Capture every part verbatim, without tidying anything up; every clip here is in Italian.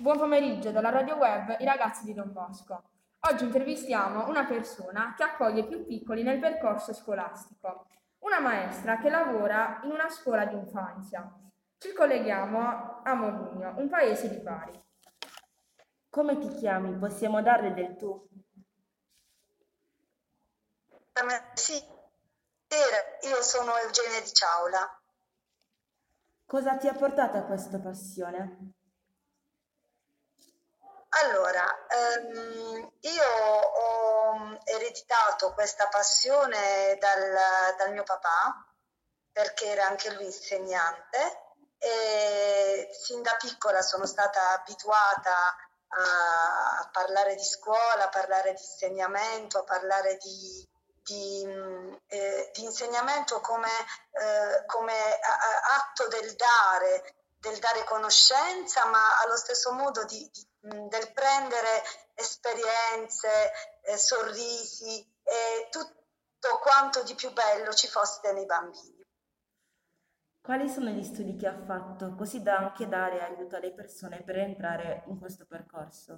Buon pomeriggio dalla radio web I ragazzi di Don Bosco. Oggi intervistiamo una persona che accoglie i più piccoli nel percorso scolastico, una maestra che lavora in una scuola di infanzia. Ci colleghiamo a Modugno, un paese di Bari. Come ti chiami? Possiamo darle del tu? Sì, io sono Eugenia Di Ciaula. Cosa ti ha portato a questa passione? Allora, ehm, io ho ereditato questa passione dal, dal mio papà, perché era anche lui insegnante, e sin da piccola sono stata abituata a, a parlare di scuola, a parlare di insegnamento, a parlare di, di, eh, di insegnamento come, eh, come a, a, atto del dare, del dare conoscenza, ma allo stesso modo di, di, del prendere esperienze, eh, sorrisi e tutto quanto di più bello ci fosse nei bambini. Quali sono gli studi che ha fatto, così da anche dare aiuto alle persone per entrare in questo percorso?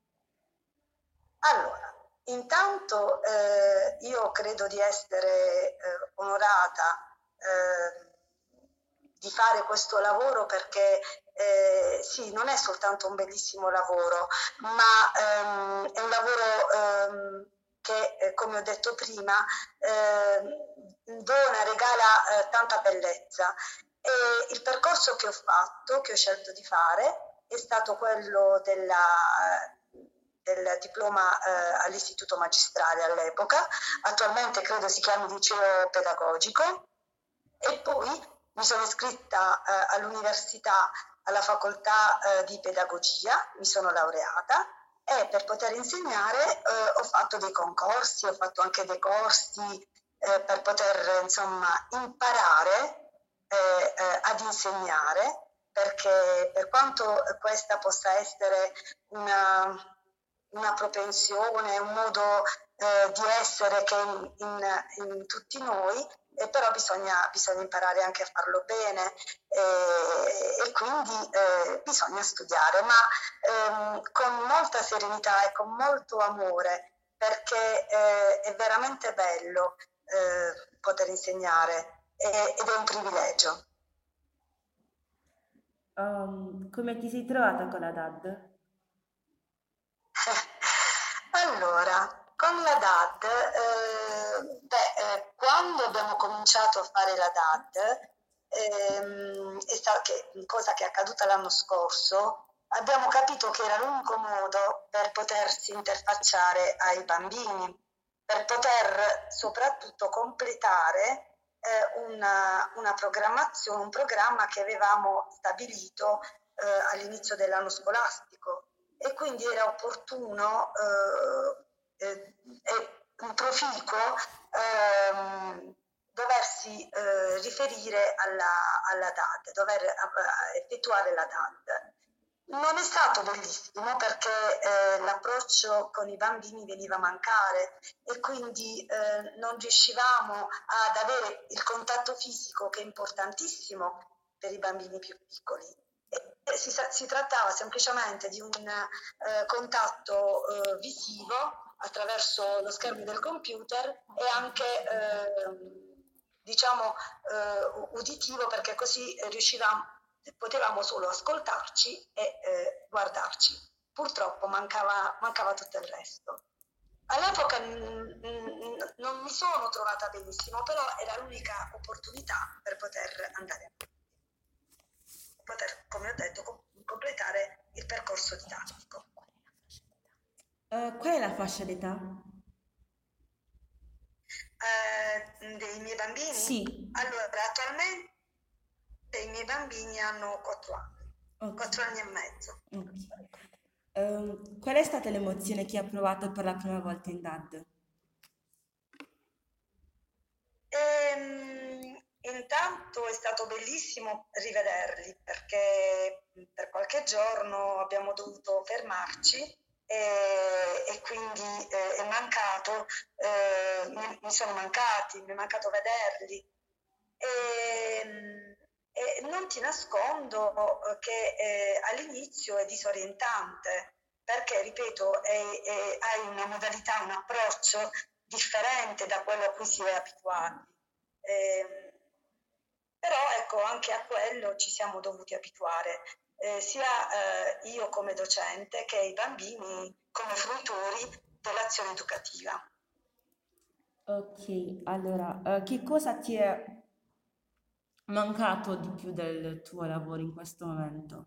Allora, intanto eh, io credo di essere eh, onorata eh, di fare questo lavoro perché eh, sì, non è soltanto un bellissimo lavoro, ma ehm, è un lavoro ehm, che, eh, come ho detto prima, eh, dona, regala eh, tanta bellezza. E il percorso che ho fatto, che ho scelto di fare, è stato quello della, del diploma eh, all'Istituto Magistrale all'epoca, attualmente credo si chiami liceo pedagogico, e poi mi sono iscritta eh, all'università, alla facoltà eh, di pedagogia, mi sono laureata e per poter insegnare eh, ho fatto dei concorsi, ho fatto anche dei corsi eh, per poter insomma imparare eh, eh, ad insegnare, perché per quanto questa possa essere una, una propensione, un modo eh, di essere che è in, in, in tutti noi, eh, però bisogna, bisogna imparare anche a farlo bene eh, e quindi eh, bisogna studiare, ma ehm, con molta serenità e con molto amore, perché eh, è veramente bello eh, poter insegnare eh, ed è un privilegio. Um, come ti sei trovata con la D A D? Allora, con la D A D, eh, beh, eh, quando abbiamo cominciato a fare la D A D, ehm, è sta- che, cosa che è accaduta l'anno scorso, abbiamo capito che era l'unico modo per potersi interfacciare ai bambini, per poter soprattutto completare eh, una, una programmazione, un programma che avevamo stabilito eh, all'inizio dell'anno scolastico. E quindi era opportuno eh, eh, e proficuo ehm, doversi eh, riferire alla, alla D A D, dover eh, effettuare la D A D. Non è stato bellissimo perché eh, l'approccio con i bambini veniva a mancare e quindi eh, non riuscivamo ad avere il contatto fisico, che è importantissimo per i bambini più piccoli. E si, si trattava semplicemente di un eh, contatto eh, visivo attraverso lo schermo del computer e anche eh, diciamo eh, uditivo, perché così riuscivamo, potevamo solo ascoltarci e eh, guardarci. Purtroppo mancava, mancava tutto il resto. All'epoca mh, non mi sono trovata benissimo, però era l'unica opportunità per poter andare avanti, poter, come ho detto, com- completare il percorso didattico. Uh, qual è la fascia d'età? Eh, dei miei bambini? Sì. Allora, attualmente i miei bambini hanno quattro anni, Ok. quattro anni e mezzo. Ok. Um, qual è stata l'emozione che hai provato per la prima volta in D A D? Ehm, intanto è stato bellissimo rivederli, perché per qualche giorno abbiamo dovuto fermarci e, e quindi eh, è mancato, eh, mi, mi sono mancati, mi è mancato vederli. E, E non ti nascondo eh, che eh, all'inizio è disorientante, perché, ripeto, è- è- hai una modalità, un approccio differente da quello a cui si è abituati. Ehm, Però ecco, anche a quello ci siamo dovuti abituare, eh, sia eh, io come docente che i bambini come fruitori dell'azione educativa. Ok, allora, eh, che cosa ti è mancato di più del tuo lavoro in questo momento?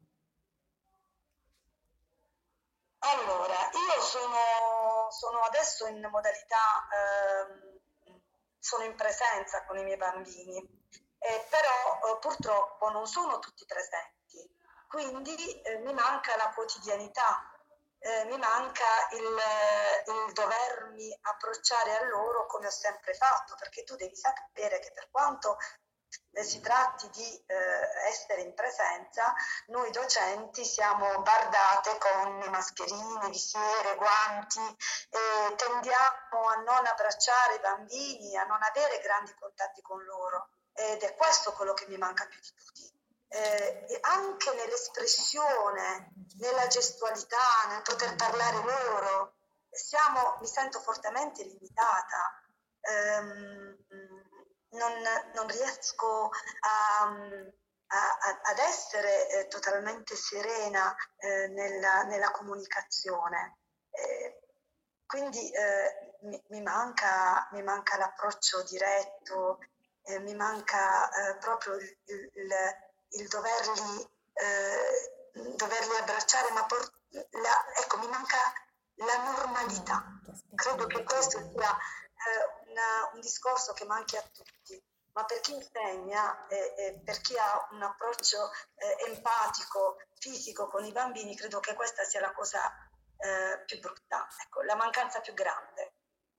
Allora, io sono, sono adesso in modalità, ehm, sono in presenza con i miei bambini, eh, però eh, purtroppo non sono tutti presenti, quindi eh, mi manca la quotidianità, eh, mi manca il, il dovermi approcciare a loro come ho sempre fatto, perché tu devi sapere che per quanto eh, si tratti di eh, essere in presenza, noi docenti siamo bardate con mascherine, visiere, guanti e tendiamo a non abbracciare i bambini, a non avere grandi contatti con loro ed è questo quello che mi manca più di tutti. Eh, e anche nell'espressione, nella gestualità, nel poter parlare loro, siamo, mi sento fortemente limitata. Ehm, non, non riesco a, a- a- ad essere eh, totalmente serena eh, nella, nella comunicazione. Eh, quindi eh, mi, mi manca, mi manca l'approccio diretto, eh, mi manca eh, proprio il, il- il- il doverli, eh, doverli abbracciare, ma por- la- ecco, mi manca la normalità. Credo che questo sia eh, una- un discorso che manchi a tutti, ma per chi insegna e, e per chi ha un approccio eh, empatico, fisico con i bambini, credo che questa sia la cosa eh, più brutta, ecco, la mancanza più grande.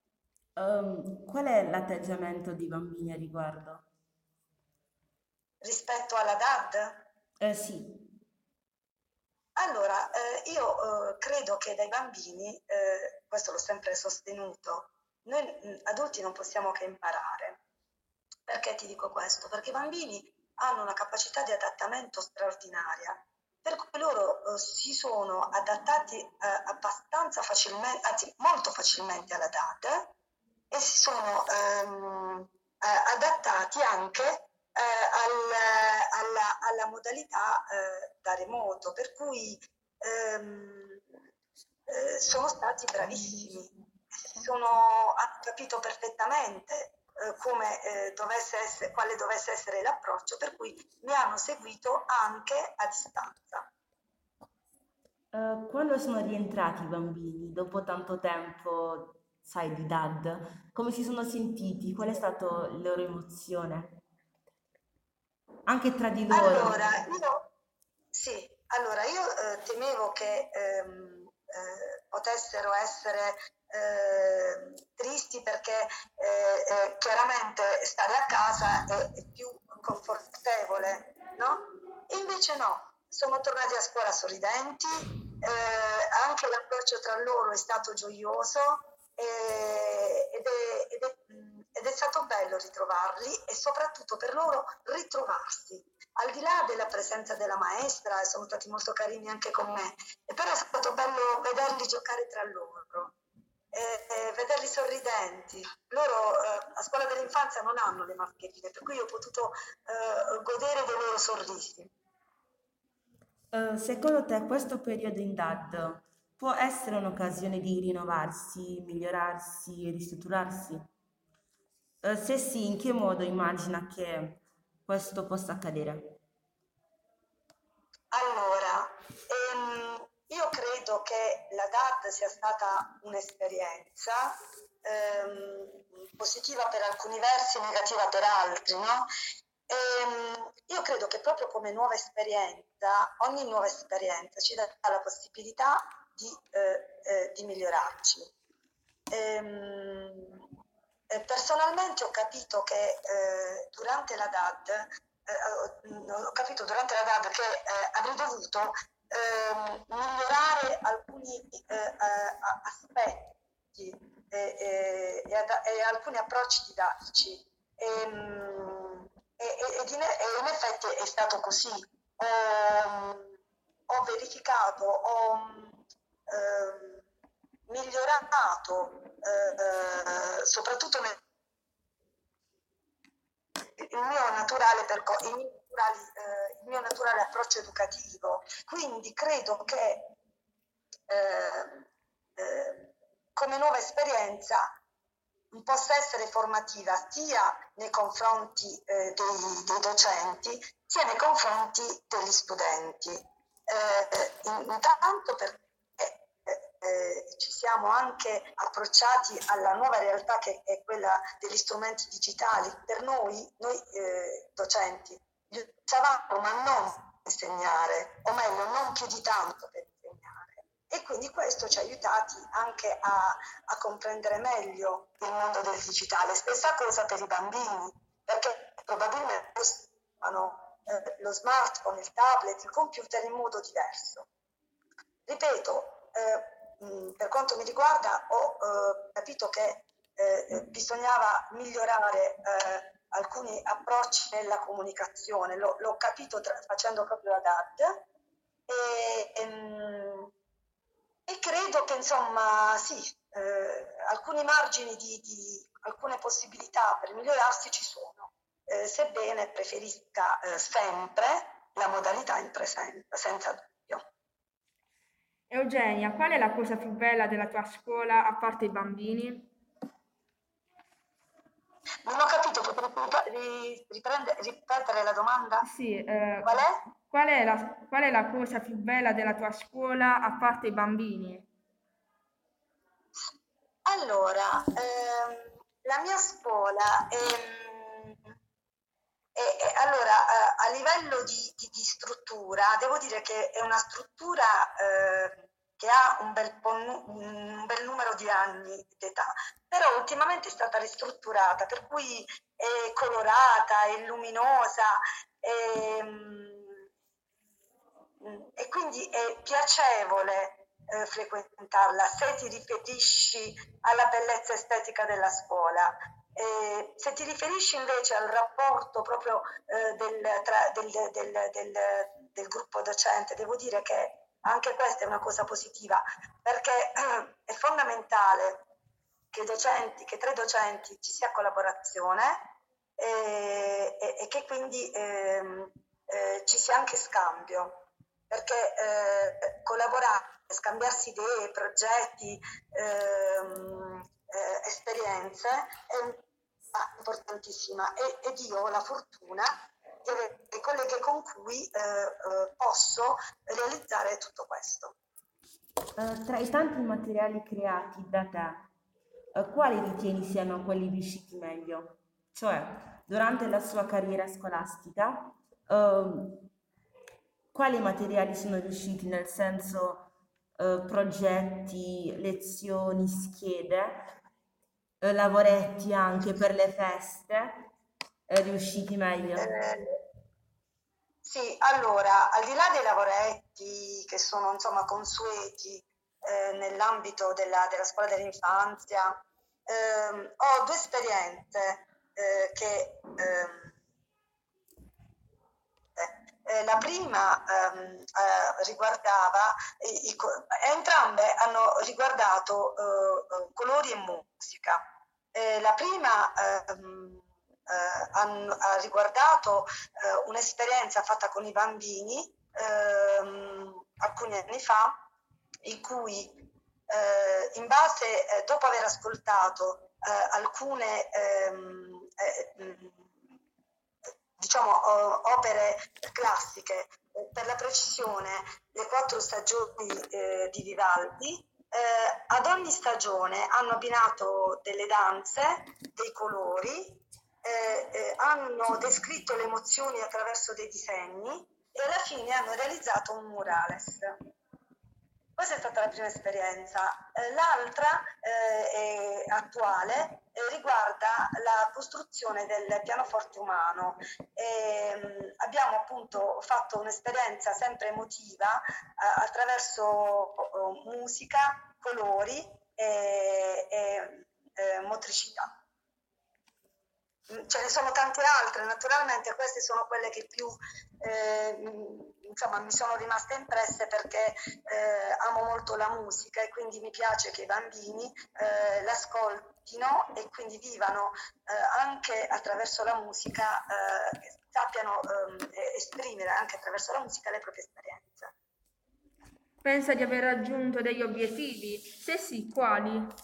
Ehm, qual è l'atteggiamento dei bambini a riguardo? Rispetto alla D A D, Eh sì. allora, eh, io eh, credo che dai bambini, eh, questo l'ho sempre sostenuto, noi mh, adulti non possiamo che imparare. Perché ti dico questo? Perché i bambini hanno una capacità di adattamento straordinaria, per cui loro eh, si sono adattati eh, abbastanza facilmente, anzi molto facilmente alla D A D e si sono ehm, eh, adattati anche eh, al- alla, alla modalità eh, da remoto, per cui ehm, eh, sono stati bravissimi, sono, hanno capito perfettamente eh, come eh, dovesse essere, quale dovesse essere l'approccio, per cui mi hanno seguito anche a distanza. Eh, quando sono rientrati i bambini, dopo tanto tempo, sai, di D A D, come si sono sentiti? Qual è stata la loro emozione? Anche tra di loro. Allora, io, sì, allora io eh, temevo che ehm, eh, potessero essere eh, tristi perché eh, eh, chiaramente stare a casa è, è più confortevole, no? E invece no, sono tornati a scuola sorridenti, eh, anche l'approccio tra loro è stato gioioso eh, ed, è, ed, è, ed è stato bello ritrovarli e soprattutto per loro ritrovarsi al di là della presenza della maestra, sono stati molto carini anche con me, e però è stato bello vederli giocare tra loro, e, e vederli sorridenti. Loro eh, a scuola dell'infanzia non hanno le mascherine, per cui ho potuto eh, godere dei loro sorrisi. Eh, secondo te questo periodo in D A D può essere un'occasione di rinnovarsi, migliorarsi, ristrutturarsi? Eh, se sì, in che modo immagina che questo possa accadere? Allora, ehm, io credo che la D A D sia stata un'esperienza ehm, positiva per alcuni versi, negativa per altri, no? Ehm, io credo che proprio come nuova esperienza, ogni nuova esperienza ci dà la possibilità di, eh, eh, di migliorarci. Ehm, eh, Personalmente ho capito che eh, durante la D A D, eh, ho, ho capito durante la D A D che eh, avrei dovuto ehm, migliorare alcuni eh, eh, aspetti e, e- e ad- e alcuni approcci didattici. Ehm, e, e, ed in, e in effetti è stato così. Ho, ho verificato, ho eh, migliorato eh, soprattutto nel il mio naturale, perco- il mio naturali, eh, il mio naturale approccio educativo. Quindi credo che eh, eh, come nuova esperienza possa essere formativa sia nei confronti eh, dei, dei docenti sia nei confronti degli studenti. Eh, intanto perché eh, eh, ci siamo anche approcciati alla nuova realtà che è quella degli strumenti digitali. Per noi, noi eh, docenti, li usavamo ma non per insegnare, o meglio non più di tanto per insegnare. E quindi questo ci ha aiutati anche a, a comprendere meglio il mondo del digitale. Stessa cosa per i bambini, perché probabilmente usano eh, lo smartphone, il tablet, il computer in modo diverso. Ripeto, eh, mh, per quanto mi riguarda ho eh, capito che eh, bisognava migliorare eh, alcuni approcci nella comunicazione, l'ho, l'ho capito tra, facendo proprio la D A D e, e, mh, e credo che insomma sì, eh, alcuni margini di, di alcune possibilità per migliorarsi ci sono, eh, sebbene preferisca eh, sempre la modalità in presenza, senza dubbio. Eugenia, qual è la cosa più bella della tua scuola a parte i bambini? Non ho capito, potrei riprendere, ripetere la domanda? Sì, eh, Qual è? qual è la, qual è la cosa più bella della tua scuola a parte i bambini? Allora, ehm, la mia scuola, ehm, è, è- allora, eh, a livello di, di- di struttura, devo dire che è una struttura eh, che ha un bel, po' nu- un bel numero di anni d'età, però ultimamente è stata ristrutturata, per cui è colorata, è luminosa, ehm, e quindi è piacevole eh, frequentarla se ti riferisci alla bellezza estetica della scuola. Eh, se ti riferisci invece al rapporto proprio eh, del, tra, del, del, del, del gruppo docente, devo dire che anche questa è una cosa positiva, perché eh, è fondamentale che, docenti, che tra i docenti ci sia collaborazione e, e, e che quindi ehm, eh, ci sia anche scambio, perché eh, collaborare, scambiarsi idee, progetti, ehm, eh, esperienze è importantissima e, ed io ho la fortuna di avere dei colleghi con cui eh, eh, posso realizzare tutto questo. Eh, tra i tanti materiali creati da te, eh, quali ritieni siano quelli riusciti meglio? Cioè, durante la sua carriera scolastica, ehm, quali materiali sono riusciti, nel senso, eh, progetti, lezioni, schede, eh, lavoretti anche per le feste, eh, riusciti meglio? Eh, sì, allora, al di là dei lavoretti che sono insomma consueti eh, nell'ambito della, della scuola dell'infanzia, ehm, ho due esperienze eh, che ehm, eh, la prima ehm, eh, riguardava, i, i, entrambe hanno riguardato eh, eh, colori e musica. Eh, la prima ehm, eh, hanno, ha riguardato eh, un'esperienza fatta con i bambini ehm, alcuni anni fa, in cui eh, in base, eh, dopo aver ascoltato eh, alcune ehm, eh, diciamo opere classiche, per la precisione le quattro stagioni eh, di Vivaldi, eh, ad ogni stagione hanno abbinato delle danze, dei colori, eh, eh, hanno descritto le emozioni attraverso dei disegni e alla fine hanno realizzato un murales. Questa è stata la prima esperienza. Eh, l'altra eh, è attuale, eh, riguarda la costruzione del pianoforte umano. E, abbiamo appunto fatto un'esperienza sempre emotiva eh, attraverso eh, musica, colori e, e eh, motricità. ce ne sono tante altre, naturalmente queste sono quelle che più eh, insomma mi sono rimaste impresse perché eh, amo molto la musica e quindi mi piace che i bambini eh, l'ascoltino e quindi vivano eh, anche attraverso la musica, eh, sappiano eh, esprimere anche attraverso la musica le proprie esperienze. Pensa di aver raggiunto degli obiettivi? Se sì, quali?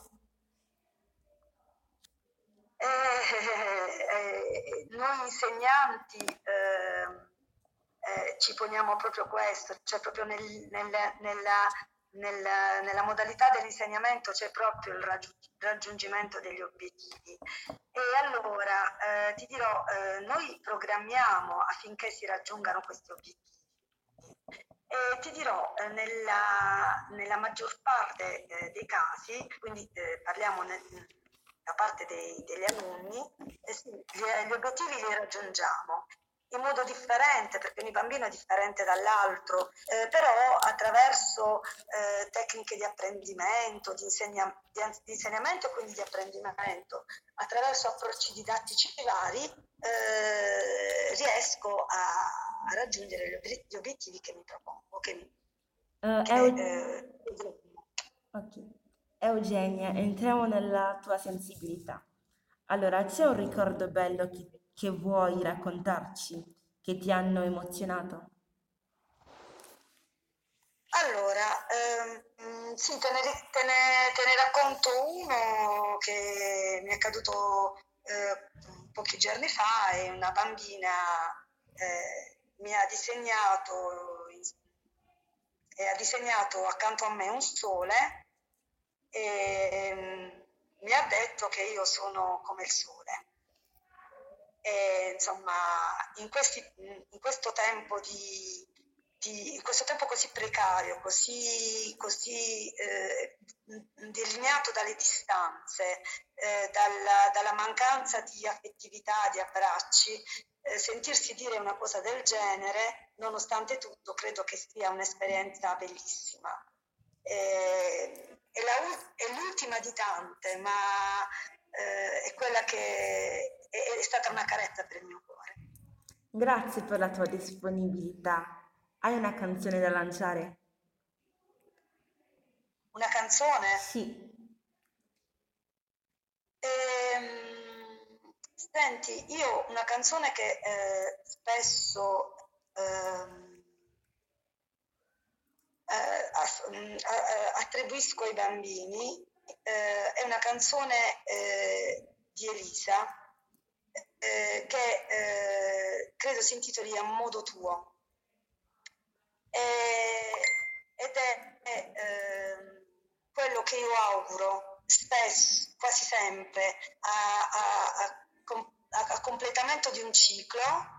Eh, eh, noi insegnanti eh, eh, ci poniamo proprio questo, cioè proprio nel, nel, nella, nella, nella modalità dell'insegnamento c'è proprio il raggiungimento degli obiettivi. E allora eh, ti dirò, eh, noi programmiamo affinché si raggiungano questi obiettivi. E ti dirò, eh, nella, nella maggior parte eh, dei casi, quindi eh, parliamo nel, da parte dei, degli alunni, eh sì, gli, gli obiettivi li raggiungiamo in modo differente, perché ogni bambino è differente dall'altro, eh, però attraverso eh, tecniche di apprendimento, di, insegna, di, di insegnamento e quindi di apprendimento, attraverso approcci didattici vari, eh, riesco a, a raggiungere gli, ob- gli obiettivi che mi propongo. Che mi, Uh, che, Eu- eh, ok. Eugenia, entriamo nella tua sensibilità. Allora, c'è un ricordo bello che, che vuoi raccontarci, che ti hanno emozionato? Allora, ehm, sì, te ne, ri- te ne- te ne racconto uno che mi è accaduto eh, pochi giorni fa. E una bambina eh, mi ha disegnato, e ha disegnato accanto a me un sole e ehm, mi ha detto che io sono come il sole. E, insomma, in, questi, in questo tempo di, di in questo tempo così precario, così, così eh, delineato dalle distanze, eh, dalla, dalla mancanza di affettività, di abbracci, eh, sentirsi dire una cosa del genere, nonostante tutto, credo che sia un'esperienza bellissima. Eh, è, la, è l'ultima di tante, ma eh, è quella che è, è stata una carezza per il mio cuore. Grazie per la tua disponibilità. Hai una canzone da lanciare? Una canzone? Sì. Ehm, senti, io una canzone che eh, spesso ehm, eh, ass- mm, a- a- attribuisco ai bambini, eh, è una canzone eh, di Elisa eh, che eh, credo si intitoli A modo tuo. E- ed è, è, ehm, quello che io auguro spesso, quasi sempre, a, a- a com- a- a completamento di un ciclo,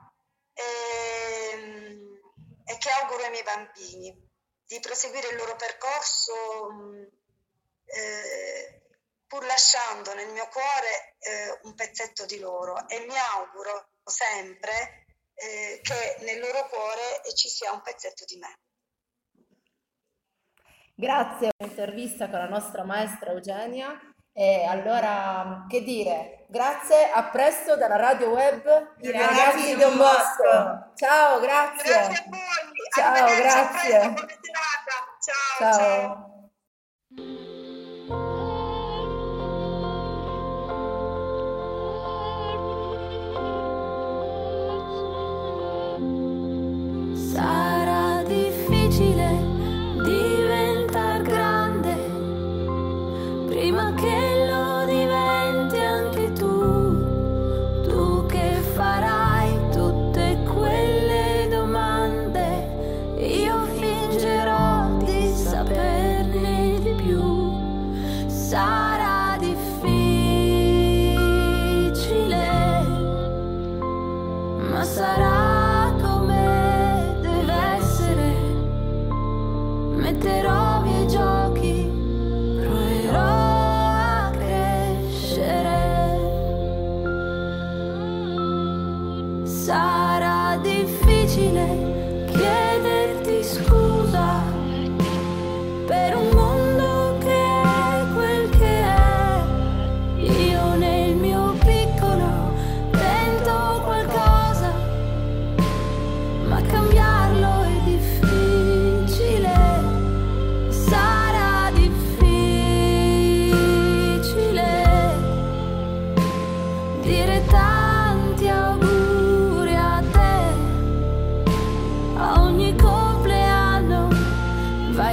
ehm, e che auguro ai miei bambini di proseguire il loro percorso, mh, eh, pur lasciando nel mio cuore eh, un pezzetto di loro, e mi auguro sempre eh, che nel loro cuore ci sia un pezzetto di me. Grazie, un'intervista con la nostra maestra Eugenia. E allora, che dire, grazie, a presto dalla radio web I I ragazzi ragazzi di di Don Don Bosco. Ciao, Grazie grazie. a voi, Ciao, arrivederci, a presto, grazie. buona serata. Ciao, ciao. Ciao. Sarà difficile diventar grande prima che lo diventi anche tu, tu che farai tutte quelle domande, io fingerò di saperne di più. Sarà difficile, ma sarà come deve essere. Metterò via i giochi, proverò a crescere. Sarà difficile chiederti scusa per un mondo che è quel che è. Io nel mio piccolo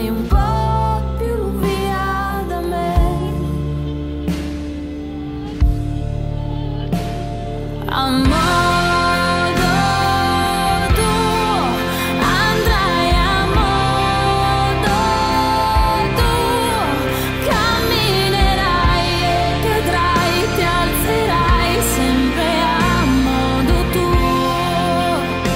stai un po' più via da me. A modo tuo andrai, a modo tuo camminerai e cadrai, ti alzerai sempre a modo tuo.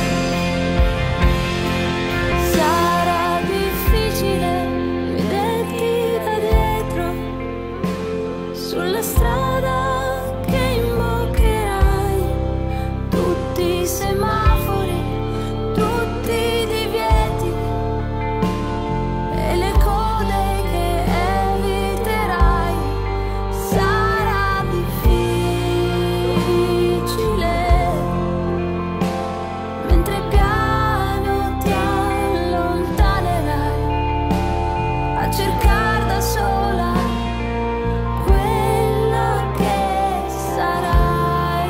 Sarà difficile vederti da dietro sulla strada che imboccherai, tutti i semafori, tutti i divieti e le code che eviterai. Sarà difficile mentre piano ti allontanerai a cercare da sola quella che sarai.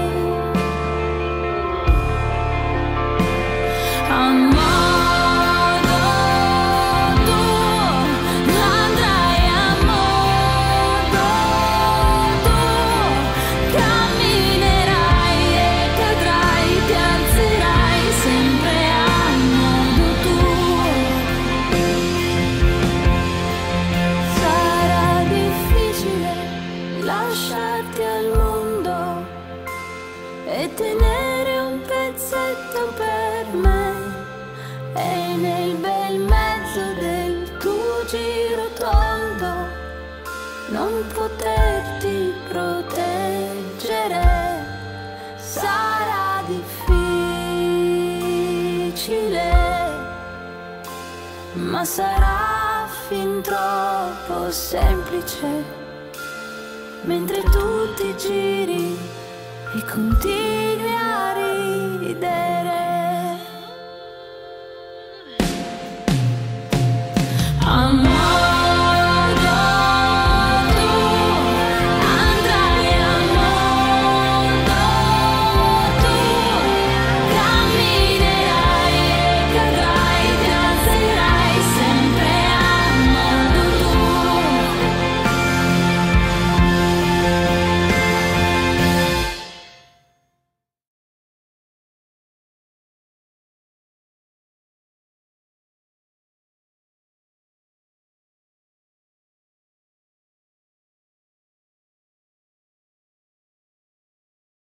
A modo tuo andrai, a modo tuo camminerai e cadrai, ti alzerai sempre a modo tuo. Sarà difficile lasciarti al mondo e tenere un pezzetto per me, e nel bel mezzo del tuo giro tondo non poterti proteggere. Sarà difficile, ma sarà fin troppo semplice mentre tu ti giri e continui a ridere.